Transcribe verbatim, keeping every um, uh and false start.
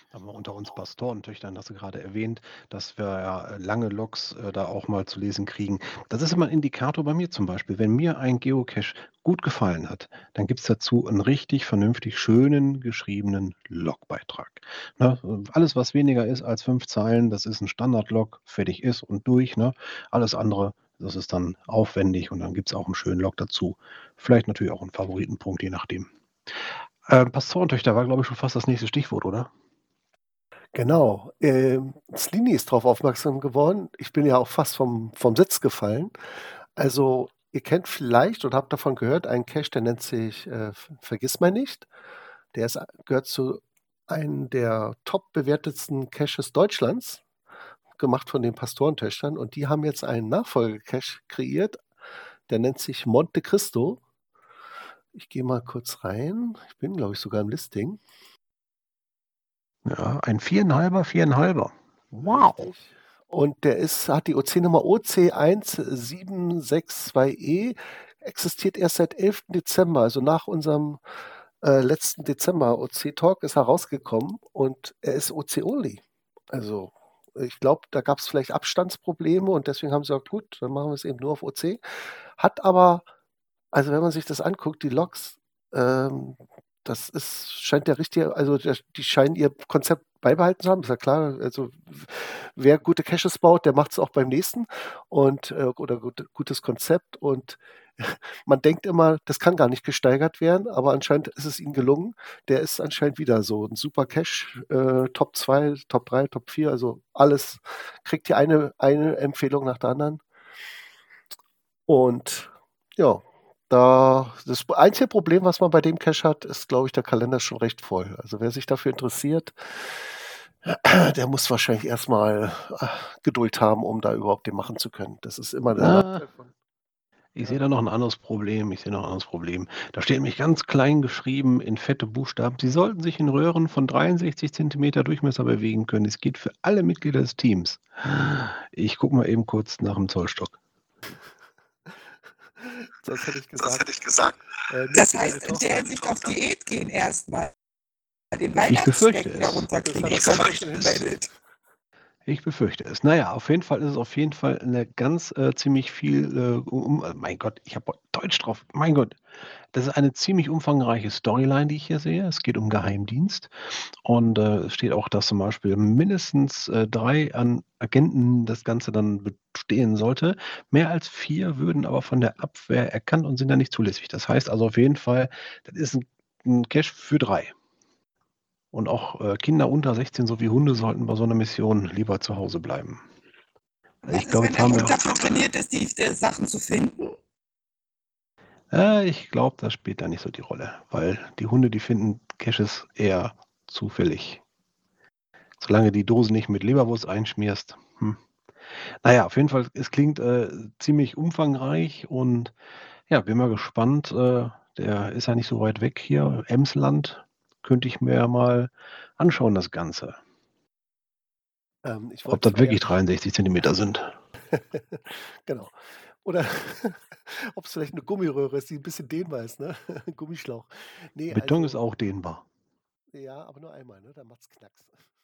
Aber unter uns Pastorentöchtern hast du gerade erwähnt, dass wir ja, äh, lange Logs, äh, da auch mal zu lesen kriegen. Das ist immer 'n Indikator bei mir zum Beispiel. Wenn mir ein Geocache gut gefallen hat, dann gibt's dazu 'n richtig vernünftig schönen geschriebenen Logbeitrag, ne? Äh, alles, was weniger ist als fünf Zeilen, das ist 'n Standardlog, fertig ist und durch, ne? Alles andere, das ist dann aufwendig und dann gibt's auch 'n schönen Log dazu. Vielleicht natürlich auch 'n Favoritenpunkt, je nachdem. Ähm, Pastorentöchter war, glaube ich, schon fast das nächste Stichwort, oder? Genau, ähm, Slini ist drauf aufmerksam geworden. Ich bin ja auch fast vom vom Sitz gefallen. Also, ihr kennt vielleicht oder habt davon gehört, einen Cache, der nennt sich, äh, Ver Vergissmeinnicht. Der ist a gehört zu einem der top bewertetsten Caches Deutschlands, gemacht von den Pastorentöchtern und die haben jetzt einen Nachfolgecache kreiert, der nennt sich Monte Cristo. Ich gehe mal kurz rein. Ich bin, glaube ich, sogar im Listing. Ja, ein viereinhalber, viereinhalber. Wow. Richtig. Und der ist hat die OC-Nummer O C eins sieben sechs zwei E, existiert erst seit elften Dezember, also nach unserem, äh, letzten Dezember OC-Talk ist er rausgekommen und er ist OC only. Also, ich glaube, da gab's vielleicht Abstandsprobleme und deswegen haben sie gesagt: „Gut, dann machen wir's eben nur auf OC.“ Hat aber also, wenn man sich das anguckt, die Logs, ähm, das ist scheint der richtige also, der die scheinen ihr Konzept beibehalten zu haben, ist ja klar. Also, w wer gute Caches baut, der macht's auch beim nächsten und, äh oder gut gutes Konzept und man denkt immer, das kann gar nicht gesteigert werden, aber anscheinend ist es ihnen gelungen. Der ist anscheinend wieder so 'n super Cache, äh, Top zwei, Top drei, Top vier, also alles kriegt hier eine eine Empfehlung nach der anderen. Und ja, da das einzige Problem, was man bei dem Cache hat, ist, glaube ich, der Kalender ist schon recht voll. Also, wer sich dafür interessiert, der muss wahrscheinlich erst mal, äh, Geduld haben, um da überhaupt den machen zu können. Das ist immer der Ah, Nachteil von ich sehe ja. da noch 'n anderes Problem ich sehe noch 'n anderes Problem. Da steht nämlich ganz klein geschrieben in fette Buchstaben: „Sie sollten sich in Röhren von dreiundsechzig Zentimeter Durchmesser bewegen können. Es geht für alle Mitglieder des Teams.“ Ich gucke mal eben kurz nach'm Zollstock. Sonst hätte ich Sonst gesagt, hätte ich gesagt äh, nimm Das für deine heißt, in der Tochter. Hinsicht auf Diät gehen erst mal, den Ich befürchte Weihnachtsschnecken es. Das herunterkriegen, hat er das schon haben mal Sie schon getestet. gemeldet. Ich befürchte es. Na ja, auf jeden Fall ist es auf jeden Fall 'ne ganz, äh ziemlich viel, äh, u um mein Gott, ich habe Deutsch drauf. Mein Gott. Das ist eine ziemlich umfangreiche Storyline, die ich hier sehe. Es geht um Geheimdienst und, äh, es steht auch, dass zum Beispiel mindestens, äh, drei an Agenten das Ganze dann bestehen sollte. Mehr als vier würden aber von der Abwehr erkannt und sind dann nicht zulässig. Das heißt also auf jeden Fall, das ist 'n 'n Cache für drei. Und auch, äh, Kinder unter sechzehn sowie Hunde sollten bei so 'ner Mission lieber zu Hause bleiben. Was Ich ist, glaube, wenn jetzt der haben Hund wir dafür trainiert ist, die äh, Sachen zu finden? Äh, ich glaube, das spielt da nicht so die Rolle, weil die Hunde, die finden Caches eher zufällig. Solange die Dose nicht mit Leberwurst einschmierst, hm. Na ja, auf jeden Fall, es klingt, äh, ziemlich umfangreich und ja, bin mal gespannt. Äh, der ist ja nicht so weit weg hier, Emsland. Könnte ich mir ja mal anschauen, das Ganze. Ähm, ich Ob wollte das zwar ja wirklich dreiundsechzig Zentimeter sind. genau. Oder ob's vielleicht 'ne Gummiröhre ist, die 'n bisschen dehnbar ist, ne? Gummischlauch. Ne, Beton ist also auch dehnbar. Ja, aber nur einmal, ne? Dann macht's Knacks.